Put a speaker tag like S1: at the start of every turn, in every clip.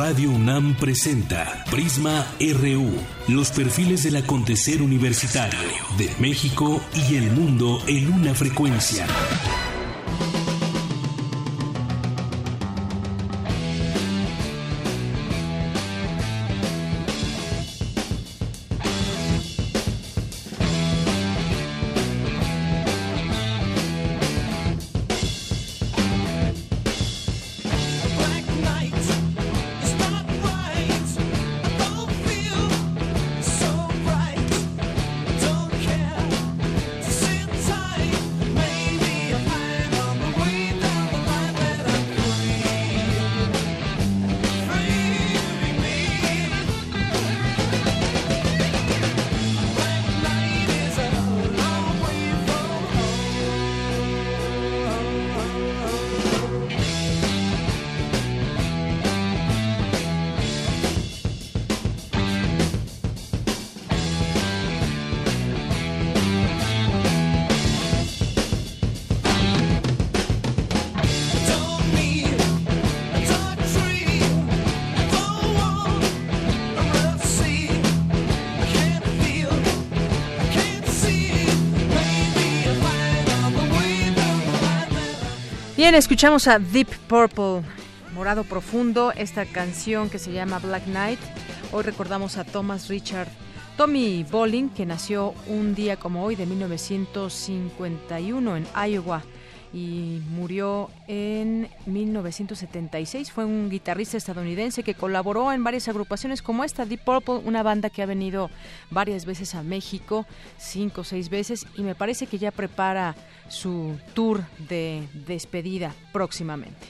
S1: Radio UNAM presenta Prisma RU, los perfiles del acontecer universitario de México y el mundo en una frecuencia.
S2: Bien, escuchamos a Deep Purple, Morado Profundo, esta canción que se llama Black Knight. Hoy recordamos a Tommy Bolin, que nació un día como hoy de 1951 en Iowa y murió en 1976. Fue un guitarrista estadounidense que colaboró en varias agrupaciones como esta, Deep Purple, una banda que ha venido varias veces a México, 5 o 6 veces, y me parece que ya prepara su tour de despedida próximamente.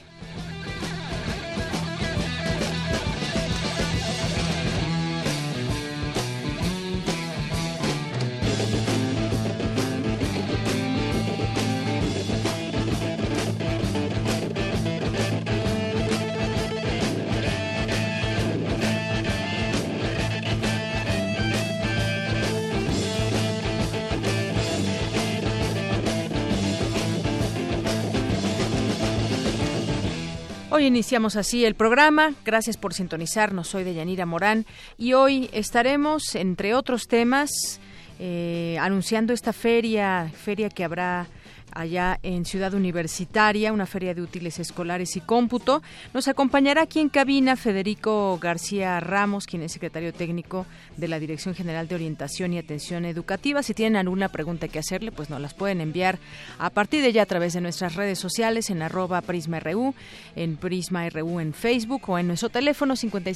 S2: Hoy iniciamos así el programa. Gracias por sintonizarnos. Soy Deyanira Morán y hoy estaremos, entre otros temas, anunciando esta feria que habrá allá en Ciudad Universitaria, una feria de útiles escolares y cómputo. Nos acompañará aquí en cabina Federico García Ramos, quien es secretario técnico de la Dirección General de Orientación y Atención Educativa. Si tienen alguna pregunta que hacerle, pues nos las pueden enviar a partir de ya a través de nuestras redes sociales en @PrismaRU, en Prisma RU en Facebook o en nuestro teléfono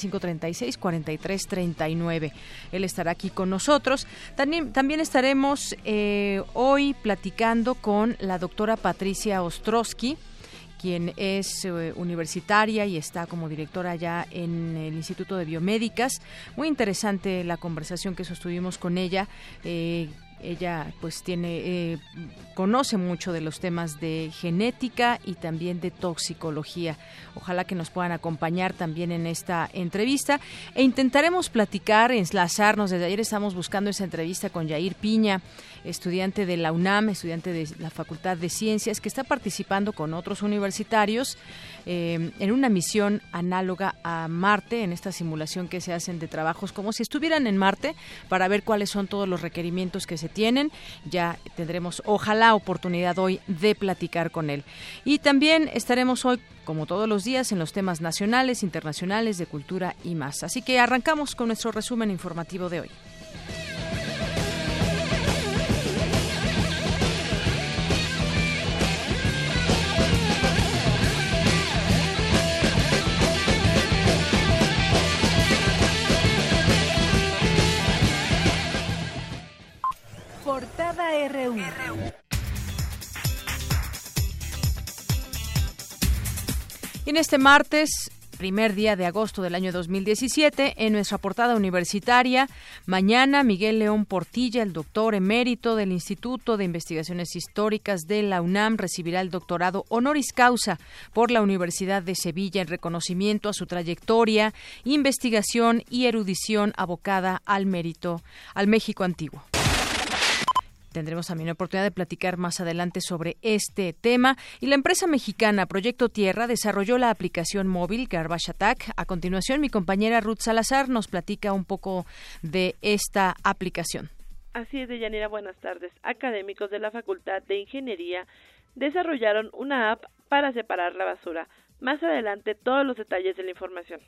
S2: 5536-4339. Él estará aquí con nosotros. También estaremos hoy platicando con la doctora Patricia Ostrowski, quien es universitaria y está como directora ya en el Instituto de Biomédicas. Muy interesante la conversación que sostuvimos con ella. Ella pues conoce mucho de los temas de genética y también de toxicología. Ojalá que nos puedan acompañar también en esta entrevista e intentaremos platicar, enlazarnos. Desde ayer estamos buscando esa entrevista con Yair Piña, estudiante de la UNAM, estudiante de la Facultad de Ciencias, que está participando con otros universitarios en una misión análoga a Marte, en esta simulación que se hacen de trabajos como si estuvieran en Marte, para ver cuáles son todos los requerimientos que se tienen. Ya tendremos, ojalá, oportunidad hoy de platicar con él. Y también estaremos hoy, como todos los días, en los temas nacionales, internacionales, de cultura y más. Así que arrancamos con nuestro resumen informativo de hoy.
S3: Portada RU.
S2: Y en este martes, primer día de agosto del año 2017, en nuestra portada universitaria, mañana Miguel León Portilla, el doctor emérito del Instituto de Investigaciones Históricas de la UNAM, recibirá el doctorado honoris causa por la Universidad de Sevilla en reconocimiento a su trayectoria, investigación y erudición abocada al mérito, al México antiguo. Tendremos también la oportunidad de platicar más adelante sobre este tema. Y la empresa mexicana Proyecto Tierra desarrolló la aplicación móvil Garbage Attack. A continuación, mi compañera Ruth Salazar nos platica un poco de esta aplicación.
S3: Así es, Deyanira, buenas tardes. Académicos de la Facultad de Ingeniería desarrollaron una app para separar la basura. Más adelante, todos los detalles de la información.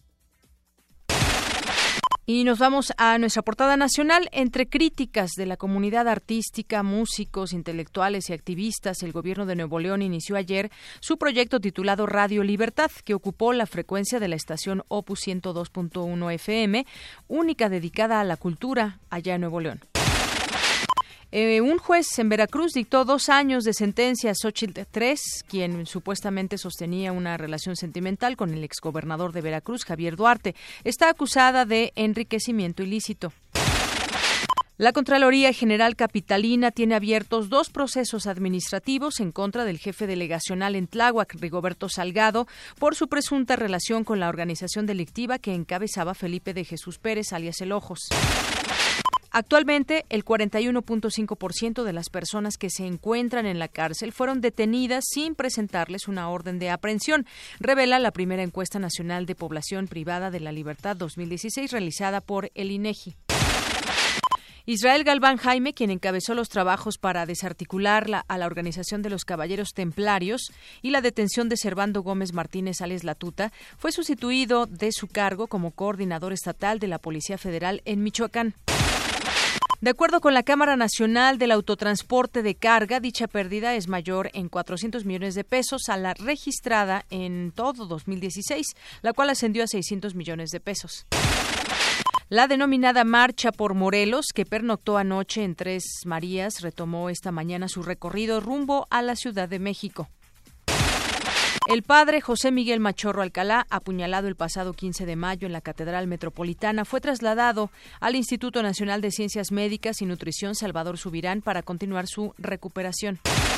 S2: Y nos vamos a nuestra portada nacional. Entre críticas de la comunidad artística, músicos, intelectuales y activistas, el gobierno de Nuevo León inició ayer su proyecto titulado Radio Libertad, que ocupó la frecuencia de la estación Opus 102.1 FM, única dedicada a la cultura allá en Nuevo León. Un juez en Veracruz dictó 2 años de sentencia a Xochitl III, quien supuestamente sostenía una relación sentimental con el exgobernador de Veracruz, Javier Duarte. Está acusada de enriquecimiento ilícito. La Contraloría General Capitalina tiene abiertos 2 procesos administrativos en contra del jefe delegacional en Tláhuac, Rigoberto Salgado, por su presunta relación con la organización delictiva que encabezaba Felipe de Jesús Pérez, alias El Ojos. Actualmente, el 41.5% de las personas que se encuentran en la cárcel fueron detenidas sin presentarles una orden de aprehensión, revela la primera encuesta nacional de población privada de la libertad 2016 realizada por el INEGI. Israel Galván Jaime, quien encabezó los trabajos para desarticular a la Organización de los Caballeros Templarios y la detención de Servando Gómez Martínez alias La Tuta, fue sustituido de su cargo como coordinador estatal de la Policía Federal en Michoacán. De acuerdo con la Cámara Nacional del Autotransporte de Carga, dicha pérdida es mayor en 400 millones de pesos a la registrada en todo 2016, la cual ascendió a 600 millones de pesos. La denominada Marcha por Morelos, que pernoctó anoche en Tres Marías, retomó esta mañana su recorrido rumbo a la Ciudad de México. El padre José Miguel Machorro Alcalá, apuñalado el pasado 15 de mayo en la Catedral Metropolitana, fue trasladado al Instituto Nacional de Ciencias Médicas y Nutrición Salvador Subirán para continuar su recuperación.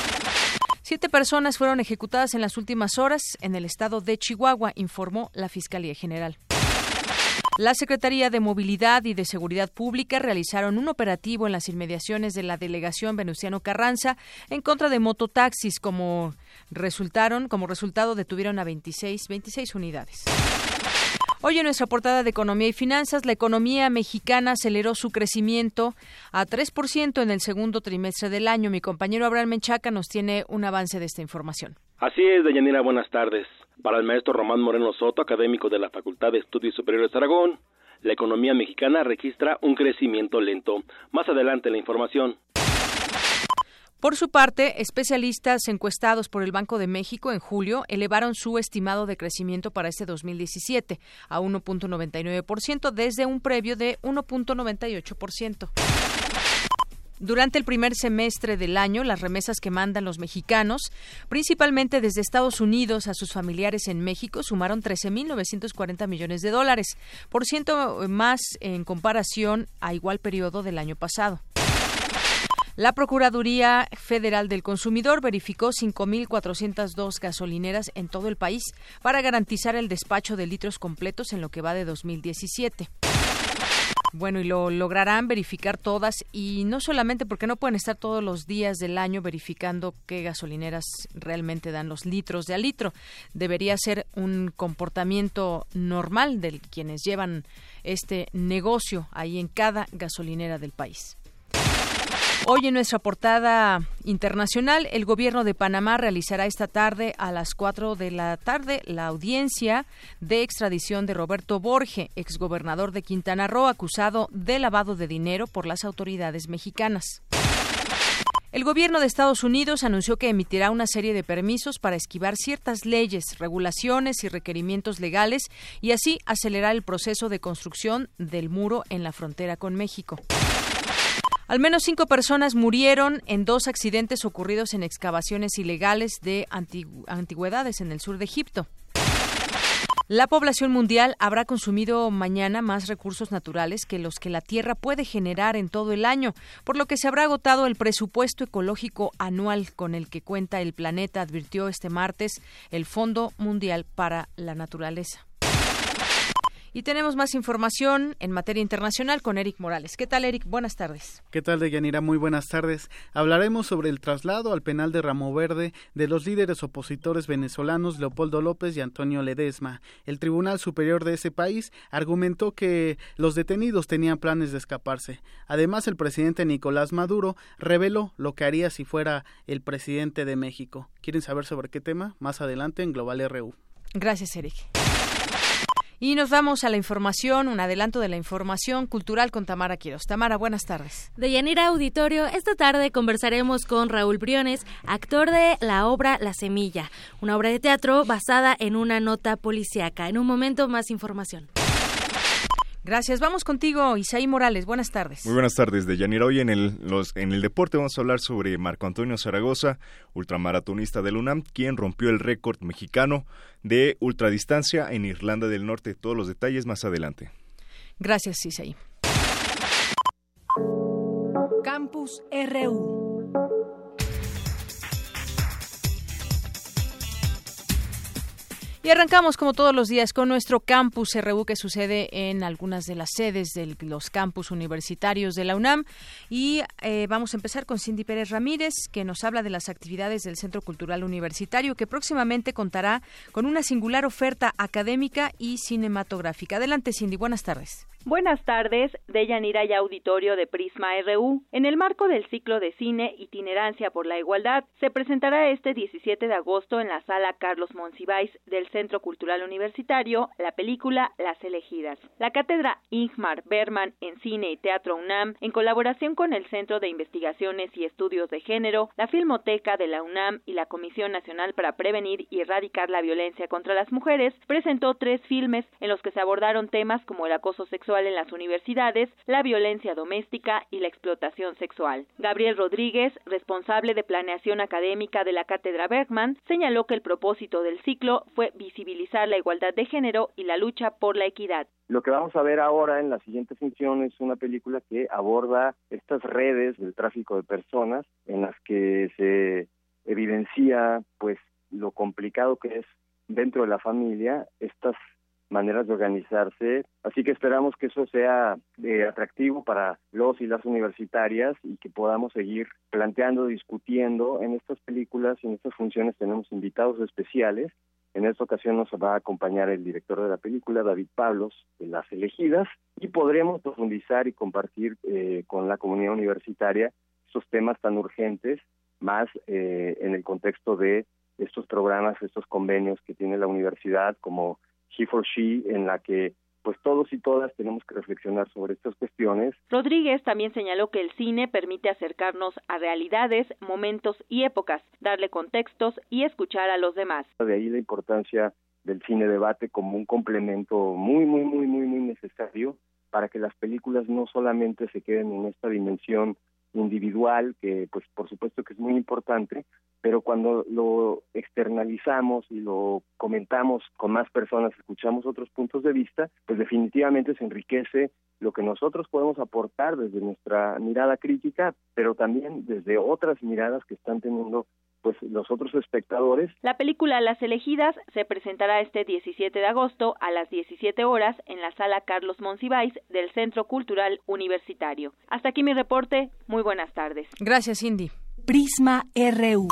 S2: 7 personas fueron ejecutadas en las últimas horas en el estado de Chihuahua, informó la Fiscalía General. La Secretaría de Movilidad y de Seguridad Pública realizaron un operativo en las inmediaciones de la delegación Venustiano Carranza en contra de mototaxis. Como resultado detuvieron a 26 unidades. Hoy en nuestra portada de Economía y Finanzas, la economía mexicana aceleró su crecimiento a 3% en el segundo trimestre del año. Mi compañero Abraham Menchaca nos tiene un avance de esta información.
S4: Así es, Deyanira, buenas tardes. Para el maestro Román Moreno Soto, académico de la Facultad de Estudios Superiores de Aragón, la economía mexicana registra un crecimiento lento. Más adelante la información.
S2: Por su parte, especialistas encuestados por el Banco de México en julio elevaron su estimado de crecimiento para este 2017 a 1.99% desde un previo de 1.98%. Durante el primer semestre del año, las remesas que mandan los mexicanos, principalmente desde Estados Unidos a sus familiares en México, sumaron 13.940 millones de dólares, por ciento más en comparación a igual periodo del año pasado. La Procuraduría Federal del Consumidor verificó 5.402 gasolineras en todo el país para garantizar el despacho de litros completos en lo que va de 2017. Bueno, y lo lograrán verificar todas, y no solamente porque no pueden estar todos los días del año verificando qué gasolineras realmente dan los litros de a litro. Debería ser un comportamiento normal de quienes llevan este negocio ahí en cada gasolinera del país. Hoy en nuestra portada internacional, el gobierno de Panamá realizará esta tarde a las 4 de la tarde la audiencia de extradición de Roberto Borge, exgobernador de Quintana Roo, acusado de lavado de dinero por las autoridades mexicanas. El gobierno de Estados Unidos anunció que emitirá una serie de permisos para esquivar ciertas leyes, regulaciones y requerimientos legales y así acelerar el proceso de construcción del muro en la frontera con México. Al menos 5 personas murieron en 2 accidentes ocurridos en excavaciones ilegales de antigüedades en el sur de Egipto. La población mundial habrá consumido mañana más recursos naturales que los que la Tierra puede generar en todo el año, por lo que se habrá agotado el presupuesto ecológico anual con el que cuenta el planeta, advirtió este martes el Fondo Mundial para la Naturaleza. Y tenemos más información en materia internacional con Eric Morales. ¿Qué tal, Eric? Buenas tardes.
S5: ¿Qué tal, Deyanira? Muy buenas tardes. Hablaremos sobre el traslado al penal de Ramo Verde de los líderes opositores venezolanos Leopoldo López y Antonio Ledesma. El Tribunal Superior de ese país argumentó que los detenidos tenían planes de escaparse. Además, el presidente Nicolás Maduro reveló lo que haría si fuera el presidente de México. ¿Quieren saber sobre qué tema? Más adelante en Global RU.
S2: Gracias, Eric. Y nos vamos a la información, un adelanto de la información cultural con Tamara Quiroz. Tamara, buenas tardes.
S6: Deyanira Auditorio, esta tarde conversaremos con Raúl Briones, actor de la obra La Semilla, una obra de teatro basada en una nota policíaca. En un momento, más información.
S2: Gracias. Vamos contigo, Isaí Morales. Buenas tardes.
S7: Muy buenas tardes, Deyanira. Hoy en el deporte vamos a hablar sobre Marco Antonio Zaragoza, ultramaratonista del UNAM, quien rompió el récord mexicano de ultradistancia en Irlanda del Norte. Todos los detalles más adelante.
S2: Gracias, Isaí.
S8: Campus RU.
S2: Y arrancamos como todos los días con nuestro Campus RU que sucede en algunas de las sedes de los campus universitarios de la UNAM. Y vamos a empezar con Cindy Pérez Ramírez, que nos habla de las actividades del Centro Cultural Universitario, que próximamente contará con una singular oferta académica y cinematográfica. Adelante, Cindy, buenas tardes.
S9: Buenas tardes, Deyanira y auditorio de Prisma RU. En el marco del ciclo de cine Itinerancia por la Igualdad, se presentará este 17 de agosto en la Sala Carlos Monsiváis del Centro Cultural Universitario la película Las Elegidas. La Cátedra Ingmar Bergman en Cine y Teatro UNAM, en colaboración con el Centro de Investigaciones y Estudios de Género, la Filmoteca de la UNAM y la Comisión Nacional para Prevenir y Erradicar la Violencia contra las Mujeres, presentó 3 filmes en los que se abordaron temas como el acoso sexual en las universidades, la violencia doméstica y la explotación sexual. Gabriel Rodríguez, responsable de planeación académica de la Cátedra Bergman, señaló que el propósito del ciclo fue visibilizar la igualdad de género y la lucha por la equidad.
S10: Lo que vamos a ver ahora en la siguiente función es una película que aborda estas redes del tráfico de personas en las que se evidencia pues lo complicado que es dentro de la familia estas maneras de organizarse, así que esperamos que eso sea atractivo para los y las universitarias y que podamos seguir planteando, discutiendo. En estas películas y en estas funciones tenemos invitados especiales. En esta ocasión nos va a acompañar el director de la película, David Pablos, de Las Elegidas, y podremos profundizar y compartir con la comunidad universitaria estos temas tan urgentes, más en el contexto de estos programas, estos convenios que tiene la universidad, como He4She, en la que pues todos y todas tenemos que reflexionar sobre estas cuestiones.
S9: Rodríguez también señaló que el cine permite acercarnos a realidades, momentos y épocas, darle contextos y escuchar a los demás.
S10: De ahí la importancia del cine debate como un complemento muy necesario para que las películas no solamente se queden en esta dimensión individual, que pues por supuesto que es muy importante, pero cuando lo externalizamos y lo comentamos con más personas, escuchamos otros puntos de vista, pues definitivamente se enriquece lo que nosotros podemos aportar desde nuestra mirada crítica, pero también desde otras miradas que están teniendo pues los otros espectadores.
S9: La película Las Elegidas se presentará este 17 de agosto a las 17 horas en la Sala Carlos Monsiváis del Centro Cultural Universitario. Hasta aquí mi reporte. Muy buenas tardes.
S2: Gracias, Cindy.
S8: Prisma RU.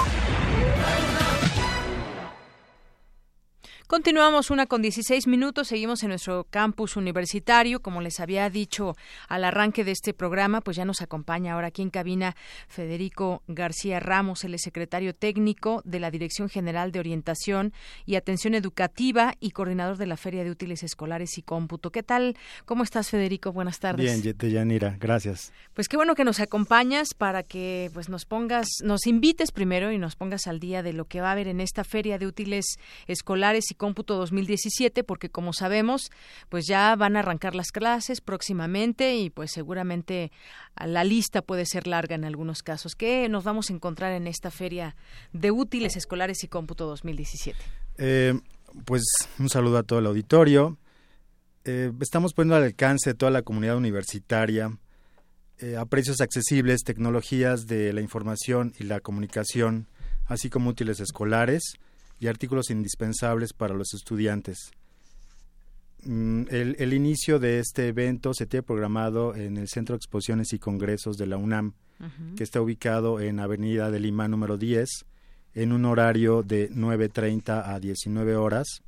S2: Continuamos 1:16, seguimos en nuestro campus universitario. Como les había dicho al arranque de este programa, pues ya nos acompaña ahora aquí en cabina Federico García Ramos, él es secretario técnico de la Dirección General de Orientación y Atención Educativa y coordinador de la Feria de Útiles Escolares y Cómputo. ¿Qué tal? ¿Cómo estás, Federico? Buenas tardes.
S5: Bien, Deyanira, gracias.
S2: Pues qué bueno que nos acompañas para que pues nos invites primero y nos pongas al día de lo que va a haber en esta Feria de Útiles Escolares y Cómputo 2017, porque como sabemos, pues ya van a arrancar las clases próximamente y pues seguramente la lista puede ser larga en algunos casos. ¿Qué nos vamos a encontrar en esta Feria de Útiles Escolares y Cómputo 2017?
S11: Pues un saludo a todo el auditorio. Estamos poniendo al alcance de toda la comunidad universitaria a precios accesibles tecnologías de la información y la comunicación, así como útiles escolares y artículos indispensables para los estudiantes. El inicio de este evento se tiene programado en el Centro de Exposiciones y Congresos de la UNAM, que está ubicado en Avenida de Lima número 10, en un horario de 9:30 a 19 horas,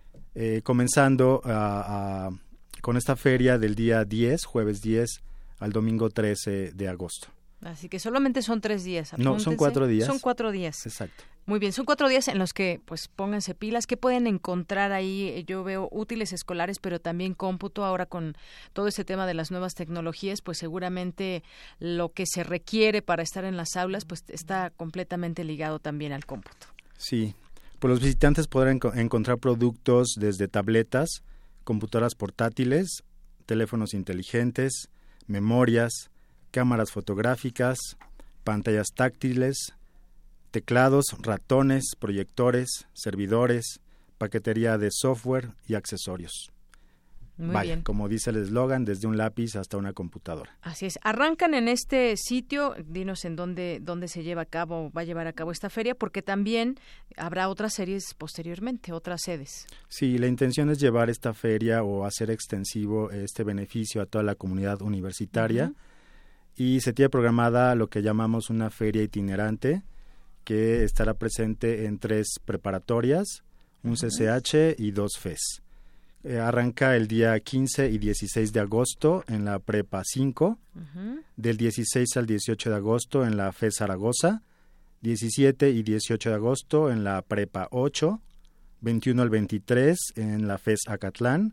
S11: comenzando con esta feria del día 10, jueves 10, al domingo 13 de agosto.
S2: Así que solamente son 3 días.
S11: No, son 4 días.
S2: Son 4 días.
S11: Exacto.
S2: Muy bien, son 4 días en los que pues pónganse pilas. ¿Qué pueden encontrar ahí? Yo veo útiles escolares, pero también cómputo. Ahora con todo este tema de las nuevas tecnologías, pues seguramente lo que se requiere para estar en las aulas pues está completamente ligado también al cómputo.
S11: Sí, pues los visitantes podrán encontrar productos desde tabletas, computadoras portátiles, teléfonos inteligentes, memorias, cámaras fotográficas, pantallas táctiles, teclados, ratones, proyectores, servidores, paquetería de software y accesorios.
S2: Muy bien.
S11: Como dice el eslogan, desde un lápiz hasta una computadora.
S2: Así es. Arrancan en este sitio, dinos en dónde se va a llevar a cabo esta feria, porque también habrá otras series posteriormente, otras sedes.
S11: Sí, la intención es llevar esta feria o hacer extensivo este beneficio a toda la comunidad universitaria, y se tiene programada lo que llamamos una feria itinerante, que estará presente en 3 preparatorias, un CCH y 2 FES. Arranca el día 15 y 16 de agosto en la Prepa 5, del 16 al 18 de agosto en la FES Zaragoza, 17 y 18 de agosto en la Prepa 8, 21 al 23 en la FES Acatlán,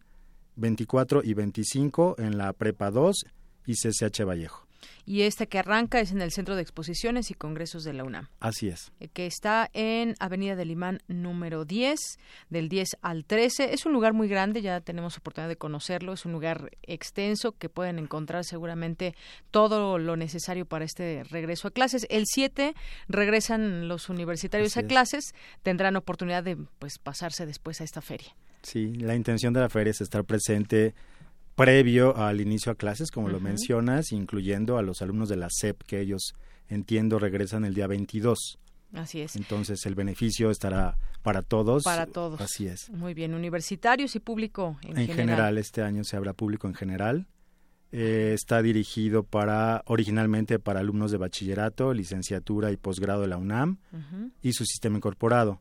S11: 24 y 25 en la Prepa 2 y CCH Vallejo.
S2: Y esta que arranca es en el Centro de Exposiciones y Congresos de la UNAM.
S11: Así es.
S2: Que está en Avenida del Limán número 10, del 10 al 13. Es un lugar muy grande, ya tenemos oportunidad de conocerlo. Es un lugar extenso que pueden encontrar seguramente todo lo necesario para este regreso a clases. El 7 regresan los universitarios a clases. Tendrán oportunidad de pues pasarse después a esta feria.
S11: Sí, la intención de la feria es estar presente previo al inicio a clases, como lo mencionas, incluyendo a los alumnos de la SEP, que ellos, entiendo, regresan el día 22.
S2: Así es.
S11: Entonces, el beneficio estará para todos.
S2: Para todos.
S11: Así es.
S2: Muy bien, universitarios y público en general.
S11: En general, este año se habrá público en general. Está dirigido originalmente para alumnos de bachillerato, licenciatura y posgrado de la UNAM y su sistema incorporado.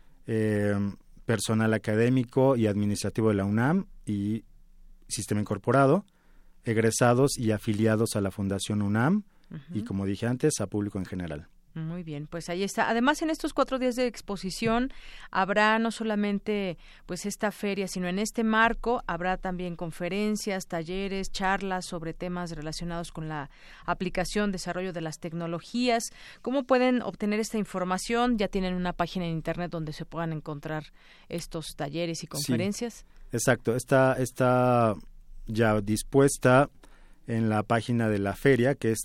S11: Personal académico y administrativo de la UNAM y sistema incorporado, egresados y afiliados a la Fundación UNAM y, como dije antes, a público en general.
S2: Muy bien, pues ahí está. Además, en estos 4 días de exposición habrá no solamente pues esta feria, sino en este marco habrá también conferencias, talleres, charlas sobre temas relacionados con la aplicación, desarrollo de las tecnologías. ¿Cómo pueden obtener esta información? Ya tienen una página en internet donde se puedan encontrar estos talleres y conferencias.
S11: Sí. Exacto, está ya dispuesta en la página de la feria, que es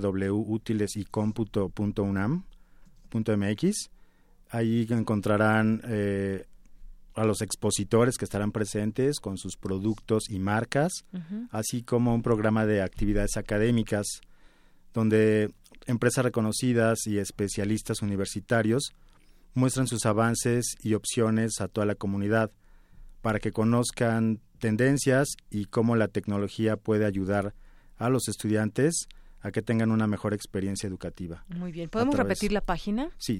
S11: www.utilesycomputo.unam.mx. Ahí encontrarán a los expositores que estarán presentes con sus productos y marcas, así como un programa de actividades académicas donde empresas reconocidas y especialistas universitarios muestran sus avances y opciones a toda la comunidad, para que conozcan tendencias y cómo la tecnología puede ayudar a los estudiantes a que tengan una mejor experiencia educativa.
S2: Muy bien. ¿Podemos repetir la página?
S11: Sí,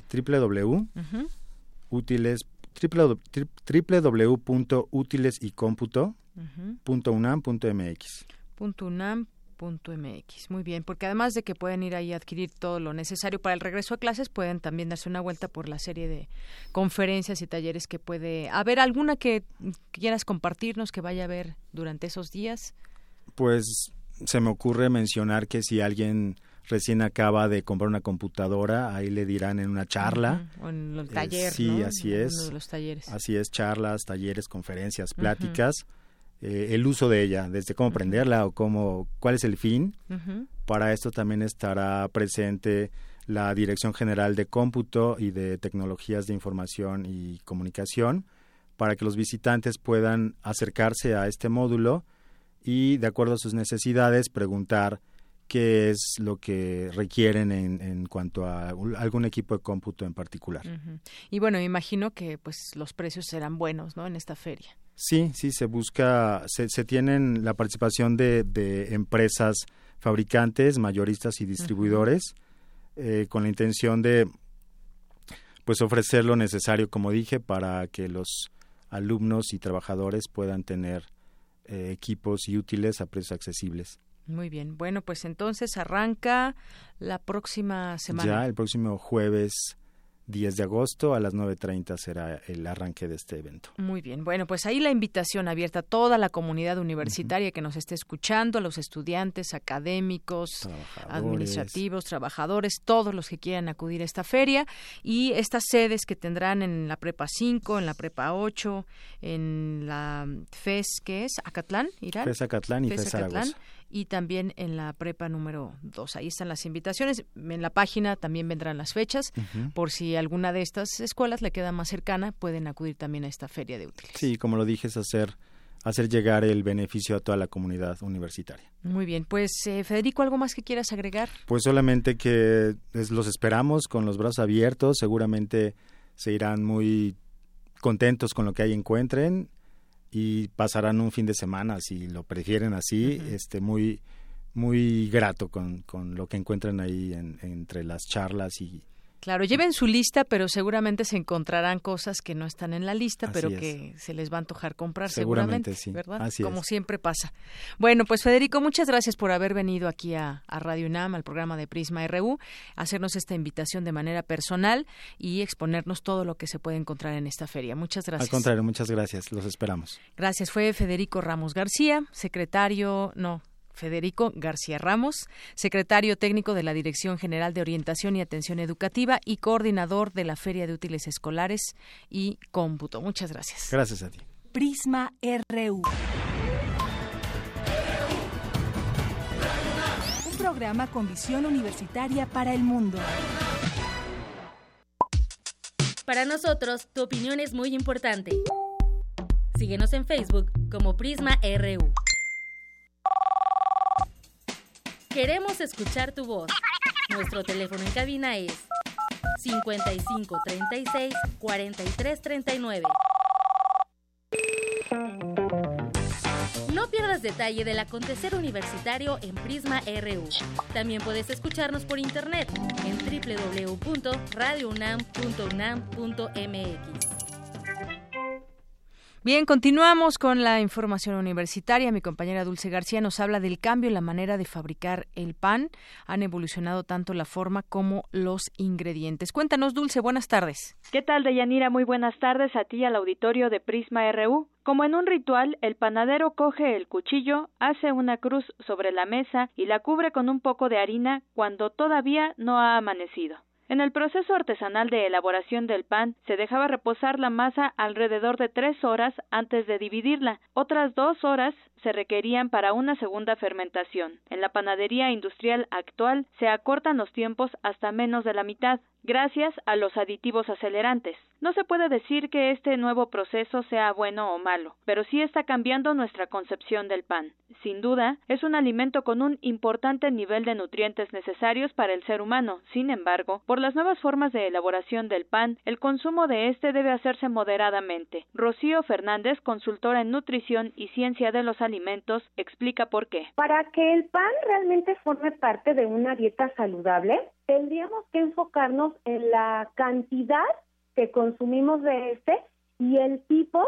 S11: www.utilesycomputo.unam.mx.
S2: .unam.mx. Muy bien, porque además de que pueden ir ahí a adquirir todo lo necesario para el regreso a clases, pueden también darse una vuelta por la serie de conferencias y talleres que puede haber. ¿Alguna que quieras compartirnos que vaya a haber durante esos días?
S11: Pues se me ocurre mencionar que si alguien recién acaba de comprar una computadora, ahí le dirán en una charla.
S2: O en el taller,
S11: sí,
S2: ¿no?
S11: Así es.
S2: Uno de los talleres.
S11: Así es, charlas, talleres, conferencias, pláticas. El uso de ella, desde cómo prenderla o cuál es el fin. Para esto también estará presente la Dirección General de Cómputo y de Tecnologías de Información y Comunicación, para que los visitantes puedan acercarse a este módulo y, de acuerdo a sus necesidades, preguntar qué es lo que requieren en cuanto a algún equipo de cómputo en particular.
S2: Y bueno, me imagino que pues los precios serán buenos, ¿no?, en esta feria.
S11: Sí, se busca, se tienen la participación de empresas fabricantes, mayoristas y distribuidores, con la intención de pues ofrecer lo necesario, como dije, para que los alumnos y trabajadores puedan tener equipos y útiles a precios accesibles.
S2: Muy bien, bueno, pues entonces arranca la próxima semana.
S11: Ya, el próximo jueves 10 de agosto a las 9:30 será el arranque de este evento.
S2: Muy bien, bueno, pues ahí la invitación abierta a toda la comunidad universitaria que nos esté escuchando, a los estudiantes, académicos, administrativos, trabajadores, todos los que quieran acudir a esta feria, y estas sedes que tendrán en la Prepa 5, en la Prepa 8, en la FES, ¿qué es? ¿Acatlán? ¿Irán?
S11: FES Acatlán y FES Zaragoza.
S2: Y también en la prepa número 2. Ahí están las invitaciones. En la página también vendrán las fechas. Por si alguna de estas escuelas le queda más cercana, pueden acudir también a esta feria de útiles.
S11: Sí, como lo dije, es hacer llegar el beneficio a toda la comunidad universitaria.
S2: Muy bien. Pues, Federico, ¿algo más que quieras agregar?
S11: Pues solamente que los esperamos con los brazos abiertos. Seguramente se irán muy contentos con lo que ahí encuentren y pasarán un fin de semana, si lo prefieren así, muy muy grato con lo que encuentran ahí entre las charlas y...
S2: Claro, lleven su lista, pero seguramente se encontrarán cosas que no están en la lista,
S11: Así
S2: pero
S11: es.
S2: que se les va a antojar comprar
S11: seguramente,
S2: seguramente,
S11: sí.
S2: ¿verdad?
S11: Así
S2: Como
S11: es.
S2: siempre pasa. Bueno, pues Federico, muchas gracias por haber venido aquí a Radio UNAM, al programa de Prisma RU, a hacernos esta invitación de manera personal y exponernos todo lo que se puede encontrar en esta feria. Muchas gracias.
S11: Al contrario, muchas gracias, los esperamos.
S2: Gracias. Fue Federico Ramos García, Federico García Ramos, secretario técnico de la Dirección General de Orientación y Atención Educativa y coordinador de la Feria de Útiles Escolares y Cómputo. Muchas gracias.
S11: Gracias a ti.
S8: Prisma RU. Un programa con visión universitaria para el mundo.
S6: Para nosotros, tu opinión es muy importante. Síguenos en Facebook como Prisma RU. Queremos escuchar tu voz. Nuestro teléfono en cabina es 55 36 43 39. No pierdas detalle del acontecer universitario en Prisma RU. También puedes escucharnos por internet en www.radiounam.unam.mx.
S2: Bien, continuamos con la información universitaria. Mi compañera Dulce García nos habla del cambio en la manera de fabricar el pan. Han evolucionado tanto la forma como los ingredientes. Cuéntanos, Dulce, buenas tardes.
S9: ¿Qué tal, Deyanira? Muy buenas tardes a ti y al auditorio de Prisma RU. Como en un ritual, el panadero coge el cuchillo, hace una cruz sobre la mesa y la cubre con un poco de harina cuando todavía no ha amanecido. En el proceso artesanal de elaboración del pan, se dejaba reposar la masa alrededor de 3 horas antes de dividirla. Otras 2 horas se requerían para una segunda fermentación. En la panadería industrial actual se acortan los tiempos hasta menos de la mitad, gracias a los aditivos acelerantes. No se puede decir que este nuevo proceso sea bueno o malo, pero sí está cambiando nuestra concepción del pan. Sin duda, es un alimento con un importante nivel de nutrientes necesarios para el ser humano. Sin embargo, por las nuevas formas de elaboración del pan, el consumo de este debe hacerse moderadamente. Rocío Fernández, consultora en nutrición y ciencia de los alimentos, explica por qué.
S12: Para que el pan realmente forme parte de una dieta saludable, tendríamos que enfocarnos en la cantidad que consumimos de este y el tipo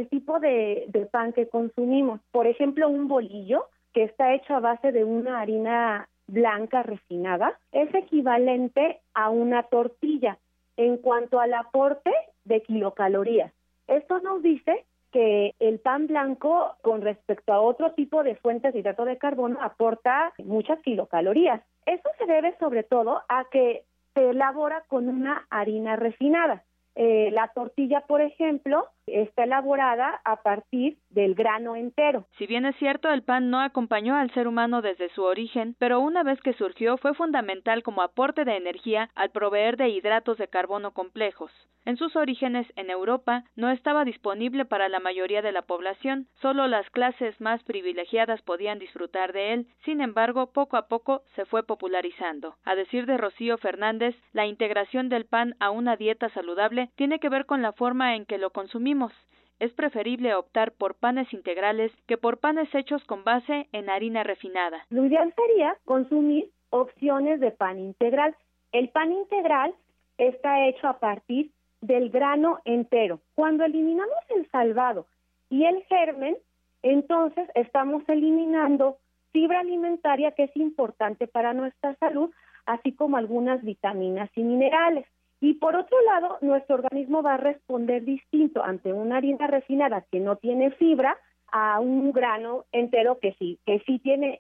S12: de pan que consumimos. Por ejemplo, un bolillo que está hecho a base de una harina blanca refinada es equivalente a una tortilla en cuanto al aporte de kilocalorías. Esto nos dice que el pan blanco, con respecto a otro tipo de fuentes de hidrato de carbono, aporta muchas kilocalorías. Esto se debe sobre todo a que se elabora con una harina refinada. La tortilla, por ejemplo, está elaborada a partir del grano entero.
S9: Si bien es cierto, el pan no acompañó al ser humano desde su origen, pero una vez que surgió fue fundamental como aporte de energía al proveer de hidratos de carbono complejos. En sus orígenes en Europa no estaba disponible para la mayoría de la población, solo las clases más privilegiadas podían disfrutar de él. Sin embargo, poco a poco se fue popularizando. A decir de Rocío Fernández, la integración del pan a una dieta saludable tiene que ver con la forma en que lo consumimos. es preferible optar por panes integrales que por panes hechos con base en harina refinada.
S12: Lo ideal sería consumir opciones de pan integral. El pan integral está hecho a partir del grano entero. Cuando eliminamos el salvado y el germen, entonces estamos eliminando fibra alimentaria que es importante para nuestra salud, así como algunas vitaminas y minerales. Y por otro lado, nuestro organismo va a responder distinto ante una harina refinada que no tiene fibra a un grano entero que sí tiene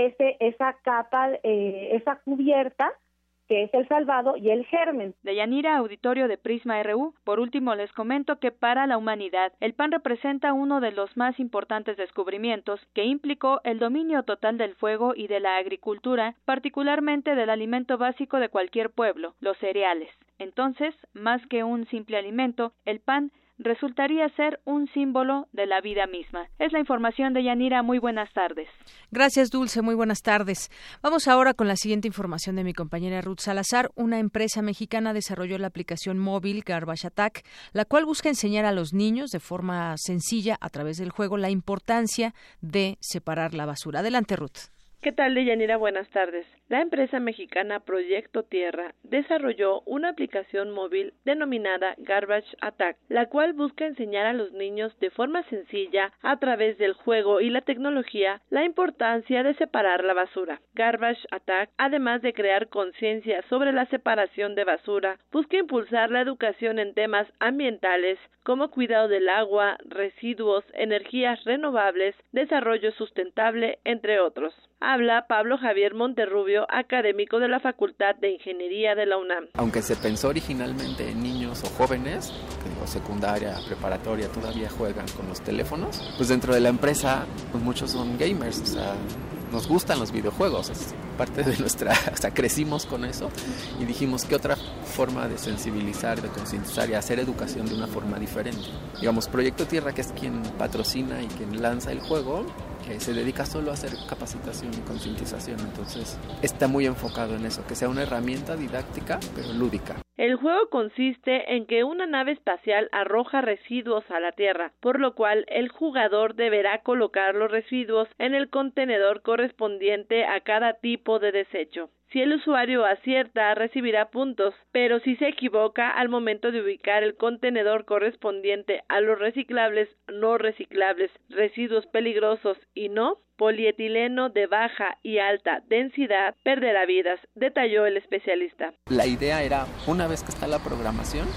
S12: esa capa, esa cubierta, que es el salvado y el germen.
S9: Deyanira, auditorio de Prisma RU. Por último, les comento que para la humanidad, el pan representa uno de los más importantes descubrimientos que implicó el dominio total del fuego y de la agricultura, particularmente del alimento básico de cualquier pueblo, los cereales. Entonces, más que un simple alimento, el pan resultaría ser un símbolo de la vida misma. Es la información de Yanira. Muy buenas tardes.
S2: Gracias, Dulce. Muy buenas tardes. Vamos ahora con la siguiente información de mi compañera Ruth Salazar. Una empresa mexicana desarrolló la aplicación móvil Garbage Attack, la cual busca enseñar a los niños de forma sencilla, a través del juego, la importancia de separar la basura. Adelante, Ruth.
S3: ¿Qué tal, Deyanira? Buenas tardes. La empresa mexicana Proyecto Tierra desarrolló una aplicación móvil denominada Garbage Attack, la cual busca enseñar a los niños de forma sencilla, a través del juego y la tecnología, la importancia de separar la basura. Garbage Attack, además de crear conciencia sobre la separación de basura, busca impulsar la educación en temas ambientales como cuidado del agua, residuos, energías renovables, desarrollo sustentable, entre otros. Habla Pablo Javier Monterrubio, académico de la Facultad de Ingeniería de la UNAM.
S13: Aunque se pensó originalmente en niños o jóvenes, que secundaria, preparatoria, todavía juegan con los teléfonos, pues dentro de la empresa pues muchos son gamers, o sea, nos gustan los videojuegos, es parte de nuestra, o sea, crecimos con eso y dijimos qué otra forma de sensibilizar, de concientizar y hacer educación de una forma diferente. Digamos, Proyecto Tierra, que es quien patrocina y quien lanza el juego, se dedica solo a hacer capacitación y concientización, entonces está muy enfocado en eso, que sea una herramienta didáctica pero lúdica.
S3: El juego consiste en que una nave espacial arroja residuos a la Tierra, por lo cual el jugador deberá colocar los residuos en el contenedor correspondiente a cada tipo de desecho. Si el usuario acierta, recibirá puntos, pero si se equivoca al momento de ubicar el contenedor correspondiente a los reciclables, no reciclables, residuos peligrosos y no, polietileno de baja y alta densidad, perderá vidas, detalló el especialista.
S13: La idea era, una vez que está la programación,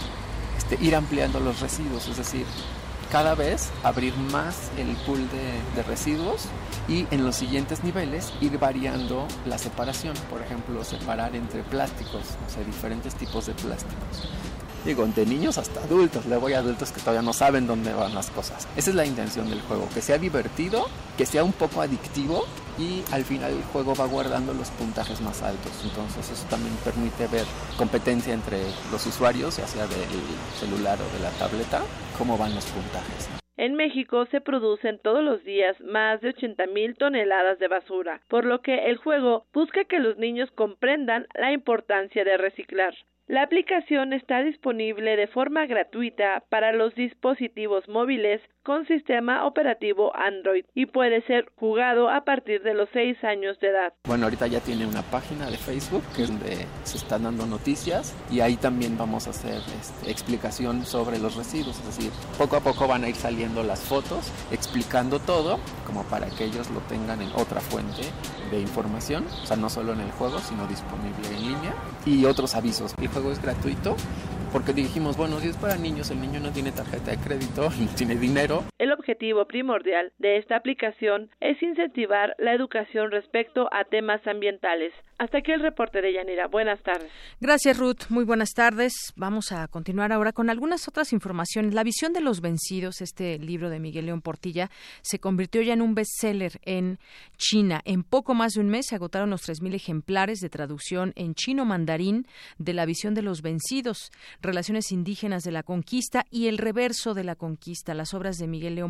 S13: ir ampliando los residuos, es decir, cada vez abrir más el pool de residuos y en los siguientes niveles ir variando la separación, por ejemplo, separar entre plásticos, o sea, diferentes tipos de plásticos. Digo, de niños hasta adultos, luego hay adultos que todavía no saben dónde van las cosas. Esa es la intención del juego, que sea divertido, que sea un poco adictivo y al final el juego va guardando los puntajes más altos. Entonces eso también permite ver competencia entre los usuarios, ya sea del celular o de la tableta, cómo van los puntajes.
S3: En México se producen todos los días más de 80,000 toneladas de basura, por lo que el juego busca que los niños comprendan la importancia de reciclar. La aplicación está disponible de forma gratuita para los dispositivos móviles con sistema operativo Android y puede ser jugado a partir de los 6 años de edad.
S13: Bueno, ahorita ya tiene una página de Facebook que es donde se están dando noticias y ahí también vamos a hacer explicación sobre los residuos, es decir, poco a poco van a ir saliendo las fotos explicando todo como para que ellos lo tengan en otra fuente de información, o sea, no solo en el juego, sino disponible en línea y otros avisos. El juego es gratuito porque dijimos, bueno, si es para niños, el niño no tiene tarjeta de crédito, no tiene dinero.
S3: El objetivo primordial de esta aplicación es incentivar la educación respecto a temas ambientales. Hasta aquí el reporte de Yanira. Buenas tardes.
S2: Gracias, Ruth. Muy buenas tardes. Vamos a continuar ahora con algunas otras informaciones. La visión de los vencidos, este libro de Miguel León Portilla, se convirtió ya en un bestseller en China. En poco más de un mes se agotaron los 3,000 ejemplares de traducción en chino mandarín de La visión de los vencidos, relaciones indígenas de la conquista y El reverso de la conquista, las obras de Miguel León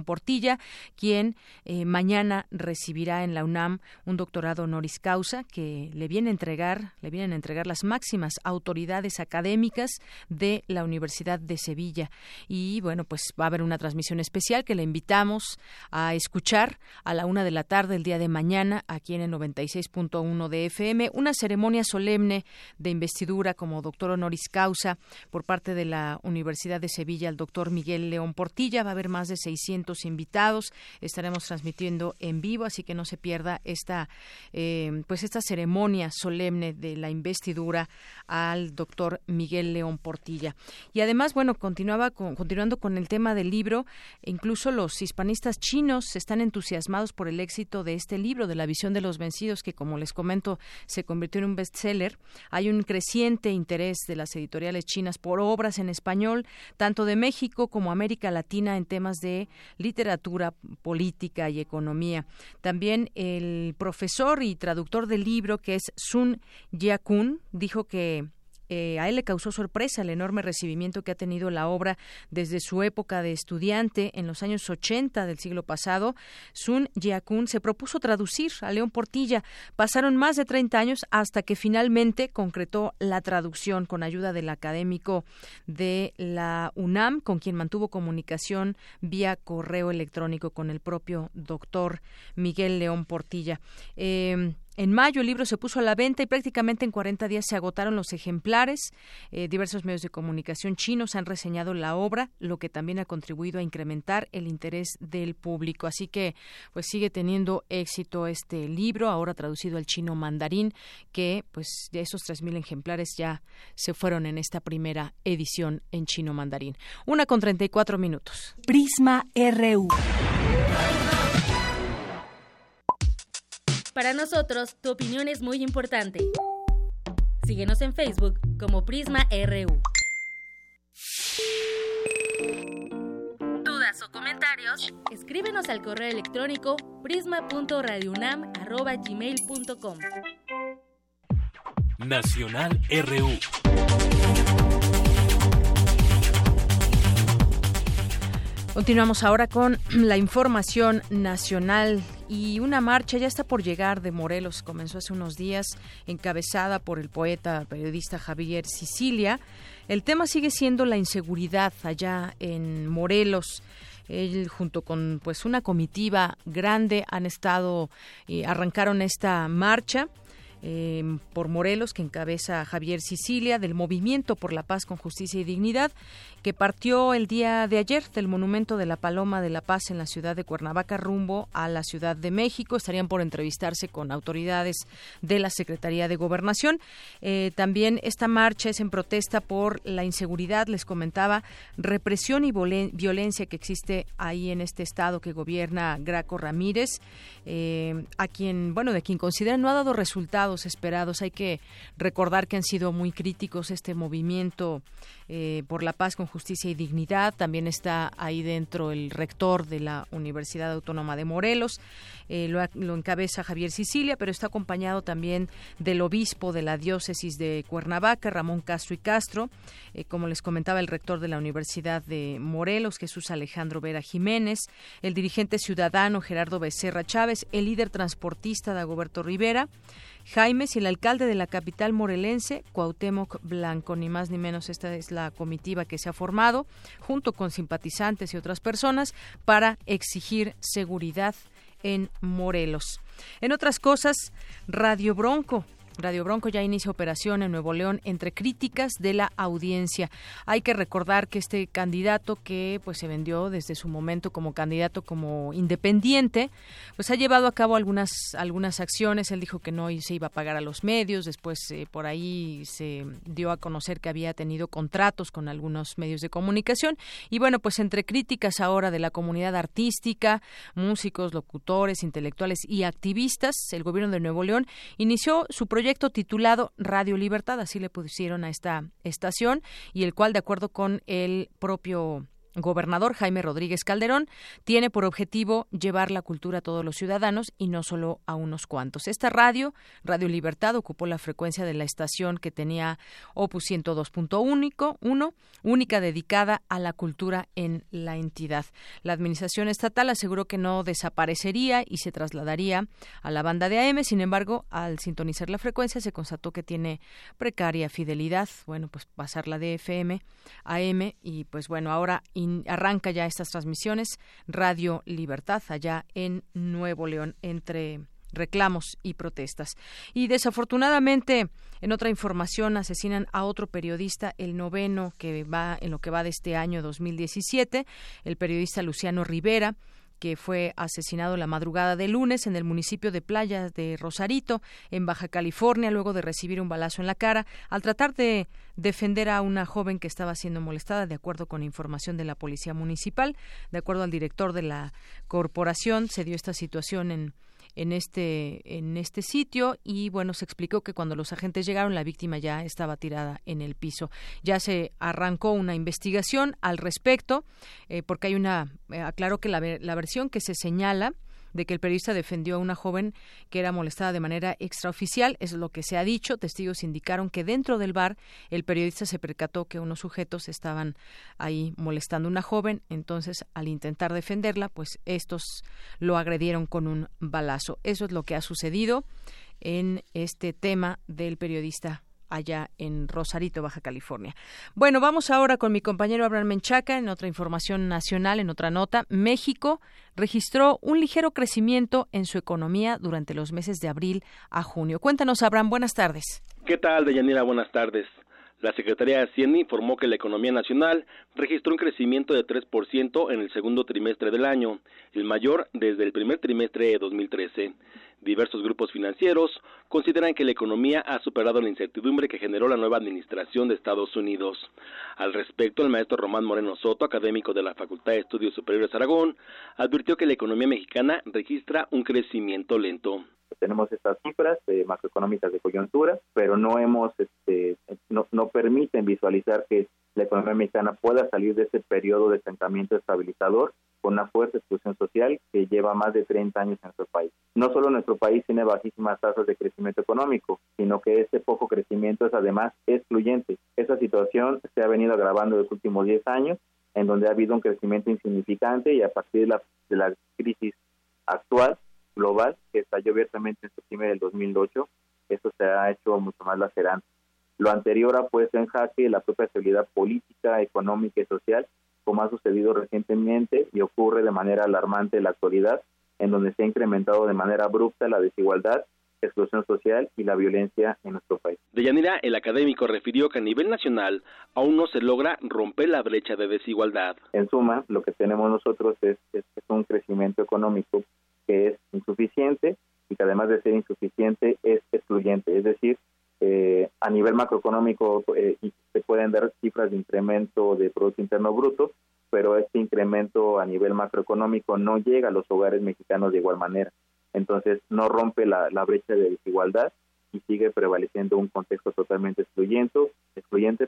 S2: Portilla, quien mañana recibirá en la UNAM un doctorado honoris causa que le vienen a entregar las máximas autoridades académicas de la Universidad de Sevilla. Y bueno, pues va a haber una transmisión especial que le invitamos a escuchar a la 1:00 p.m. el día de mañana aquí en el 96.1 de FM, una ceremonia solemne de investidura como doctor honoris causa por parte de la Universidad de Sevilla al doctor Miguel León Portilla. Va a haber más de 600 invitados, estaremos transmitiendo en vivo, así que no se pierda esta ceremonia solemne de la investidura al doctor Miguel León Portilla. Y además, bueno, continuando con el tema del libro, incluso los hispanistas chinos están entusiasmados por el éxito de este libro, de La visión de los vencidos, que como les comento, se convirtió en un bestseller. Hay un creciente interés de las editoriales chinas por obras en español, tanto de México como América Latina, en temas de literatura, política y economía. También el profesor y traductor del libro, que es Sun Jiakun, dijo que a él le causó sorpresa el enorme recibimiento que ha tenido la obra desde su época de estudiante en los años 80 del siglo pasado. Sun Jiakun se propuso traducir a León Portilla. Pasaron más de 30 años hasta que finalmente concretó la traducción con ayuda del académico de la UNAM, con quien mantuvo comunicación vía correo electrónico con el propio doctor Miguel León Portilla. En mayo el libro se puso a la venta y prácticamente en 40 días se agotaron los ejemplares. Diversos medios de comunicación chinos han reseñado la obra, lo que también ha contribuido a incrementar el interés del público. Así que pues sigue teniendo éxito este libro, ahora traducido al chino mandarín, que pues de esos 3,000 ejemplares ya se fueron en esta primera edición en chino mandarín. 1:34
S8: Prisma RU.
S6: Para nosotros, tu opinión es muy importante. Síguenos en Facebook como Prisma RU. ¿Dudas o comentarios? Escríbenos al correo electrónico prisma.radiounam@gmail.com.
S1: Nacional RU.
S2: Continuamos ahora con la información nacional y una marcha ya está por llegar de Morelos. Comenzó hace unos días, encabezada por el poeta periodista Javier Sicilia. El tema sigue siendo la inseguridad allá en Morelos. Él junto con pues una comitiva grande arrancaron esta marcha por Morelos, que encabeza Javier Sicilia, del Movimiento por la Paz con Justicia y Dignidad, que partió el día de ayer del Monumento de la Paloma de la Paz en la ciudad de Cuernavaca rumbo a la Ciudad de México. Estarían por entrevistarse con autoridades de la Secretaría de Gobernación. También esta marcha es en protesta por la inseguridad, les comentaba, represión y violencia que existe ahí en este estado que gobierna Graco Ramírez, de quien consideran no ha dado resultados esperados. Hay que recordar que han sido muy críticos este movimiento por la paz con justicia y dignidad. También está ahí dentro el rector de la Universidad Autónoma de Morelos, lo encabeza Javier Sicilia, pero está acompañado también del obispo de la diócesis de Cuernavaca, Ramón Castro y Castro, como les comentaba, el rector de la Universidad de Morelos, Jesús Alejandro Vera Jiménez, el dirigente ciudadano Gerardo Becerra Chávez, el líder transportista Dagoberto Rivera Jaimes y el alcalde de la capital morelense, Cuauhtémoc Blanco, ni más ni menos. Esta es la comitiva que se ha formado junto con simpatizantes y otras personas para exigir seguridad en Morelos. En otras cosas, Radio Bronco ya inicia operación en Nuevo León entre críticas de la audiencia. Hay que recordar que este candidato que pues se vendió desde su momento como candidato como independiente, pues ha llevado a cabo algunas acciones. Él dijo que no se iba a pagar a los medios, después por ahí se dio a conocer que había tenido contratos con algunos medios de comunicación y bueno, pues entre críticas ahora de la comunidad artística, músicos, locutores, intelectuales y activistas, el gobierno de Nuevo León inició su proyecto titulado Radio Libertad, así le pusieron a esta estación, y el cual, de acuerdo con el propio gobernador Jaime Rodríguez Calderón tiene por objetivo llevar la cultura a todos los ciudadanos y no solo a unos cuantos. Esta Radio Libertad, ocupó la frecuencia de la estación que tenía Opus 102.1, única dedicada a la cultura en la entidad. La administración estatal aseguró que no desaparecería y se trasladaría a la banda de AM. Sin embargo, al sintonizar la frecuencia se constató que tiene precaria fidelidad. Bueno, pues pasarla de FM a AM y pues bueno, ahora arranca ya estas transmisiones Radio Libertad allá en Nuevo León, entre reclamos y protestas. Y desafortunadamente, en otra información, asesinan a otro periodista, el noveno que va en lo que va de este año 2017, el periodista Luciano Rivera, que fue asesinado la madrugada de lunes en el municipio de Playa de Rosarito, en Baja California, luego de recibir un balazo en la cara, al tratar de defender a una joven que estaba siendo molestada, de acuerdo con información de la Policía Municipal. De acuerdo al director de la corporación, se dio esta situación en este sitio y bueno, se explicó que cuando los agentes llegaron la víctima ya estaba tirada en el piso. Ya se arrancó una investigación al respecto porque hay aclaro que la versión que se señala de que el periodista defendió a una joven que era molestada de manera extraoficial, es lo que se ha dicho. Testigos indicaron que dentro del bar el periodista se percató que unos sujetos estaban ahí molestando a una joven, entonces al intentar defenderla, pues estos lo agredieron con un balazo. Eso es lo que ha sucedido en este tema del periodista allá en Rosarito, Baja California. Bueno, vamos ahora con mi compañero Abraham Menchaca en otra información nacional, en otra nota. México registró un ligero crecimiento en su economía durante los meses de abril a junio. Cuéntanos, Abraham, buenas tardes.
S4: ¿Qué tal, Deyanira? Buenas tardes. La Secretaría de Hacienda informó que la economía nacional registró un crecimiento de 3% en el segundo trimestre del año, el mayor desde el primer trimestre de 2013. Diversos grupos financieros consideran que la economía ha superado la incertidumbre que generó la nueva administración de Estados Unidos. Al respecto, el maestro Román Moreno Soto, académico de la Facultad de Estudios Superiores Aragón, advirtió que la economía mexicana registra un crecimiento lento.
S14: Tenemos estas cifras macroeconómicas de coyuntura, pero no permiten visualizar que la economía mexicana pueda salir de ese periodo de estancamiento estabilizador con una fuerte exclusión social que lleva más de 30 años en nuestro país. No solo nuestro país tiene bajísimas tasas de crecimiento económico, sino que este poco crecimiento es además excluyente. Esa situación se ha venido agravando en los últimos 10 años, en donde ha habido un crecimiento insignificante y a partir de la crisis actual global que estalló abiertamente en septiembre del 2008, esto se ha hecho mucho más lacerante. Lo anterior ha puesto en jaque la propia estabilidad política, económica y social, como ha sucedido recientemente y ocurre de manera alarmante en la actualidad, en donde se ha incrementado de manera abrupta la desigualdad, exclusión social y la violencia en nuestro país.
S4: Deyanira, el académico refirió que a nivel nacional aún no se logra romper la brecha de desigualdad.
S14: En suma, lo que tenemos nosotros es un crecimiento económico que es insuficiente y que además de ser insuficiente es excluyente, es decir, a nivel macroeconómico se pueden dar cifras de incremento de Producto Interno Bruto, pero este incremento a nivel macroeconómico no llega a los hogares mexicanos de igual manera. Entonces no rompe la brecha de desigualdad y sigue prevaleciendo un contexto totalmente excluyente,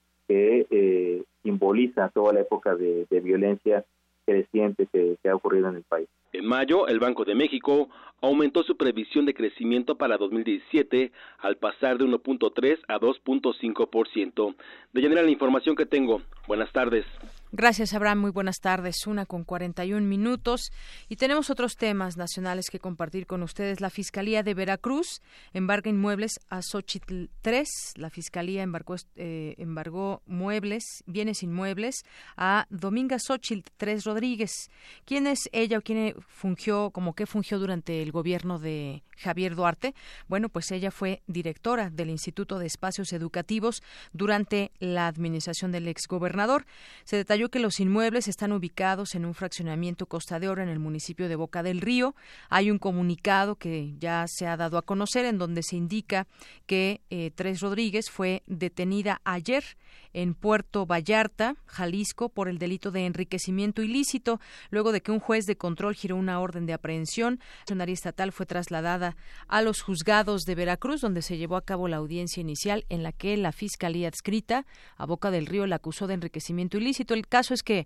S14: que simboliza toda la época de violencia creciente que ha ocurrido en el país.
S4: En mayo, el Banco de México aumentó su previsión de crecimiento para 2017 al pasar de 1.3 a 2.5%. Deyanira, la información que tengo. Buenas tardes.
S2: Gracias, Abraham. Muy buenas tardes. 1:41 y tenemos otros temas nacionales que compartir con ustedes. La Fiscalía de Veracruz embarga inmuebles a Xochitl 3. La Fiscalía embargó bienes inmuebles a Dominga Xochitl 3 Rodríguez. ¿Quién es ella o quién fungió durante el gobierno de Javier Duarte? Bueno, pues ella fue directora del Instituto de Espacios Educativos durante la administración del exgobernador. Se detalló que los inmuebles están ubicados en un fraccionamiento Costa de Oro en el municipio de Boca del Río. Hay un comunicado que ya se ha dado a conocer en donde se indica que Tres Rodríguez fue detenida ayer en Puerto Vallarta, Jalisco, por el delito de enriquecimiento ilícito, luego de que un juez de control giró una orden de aprehensión. La funcionaria estatal fue trasladada a los juzgados de Veracruz, donde se llevó a cabo la audiencia inicial en la que la Fiscalía adscrita a Boca del Río la acusó de enriquecimiento ilícito. El caso es que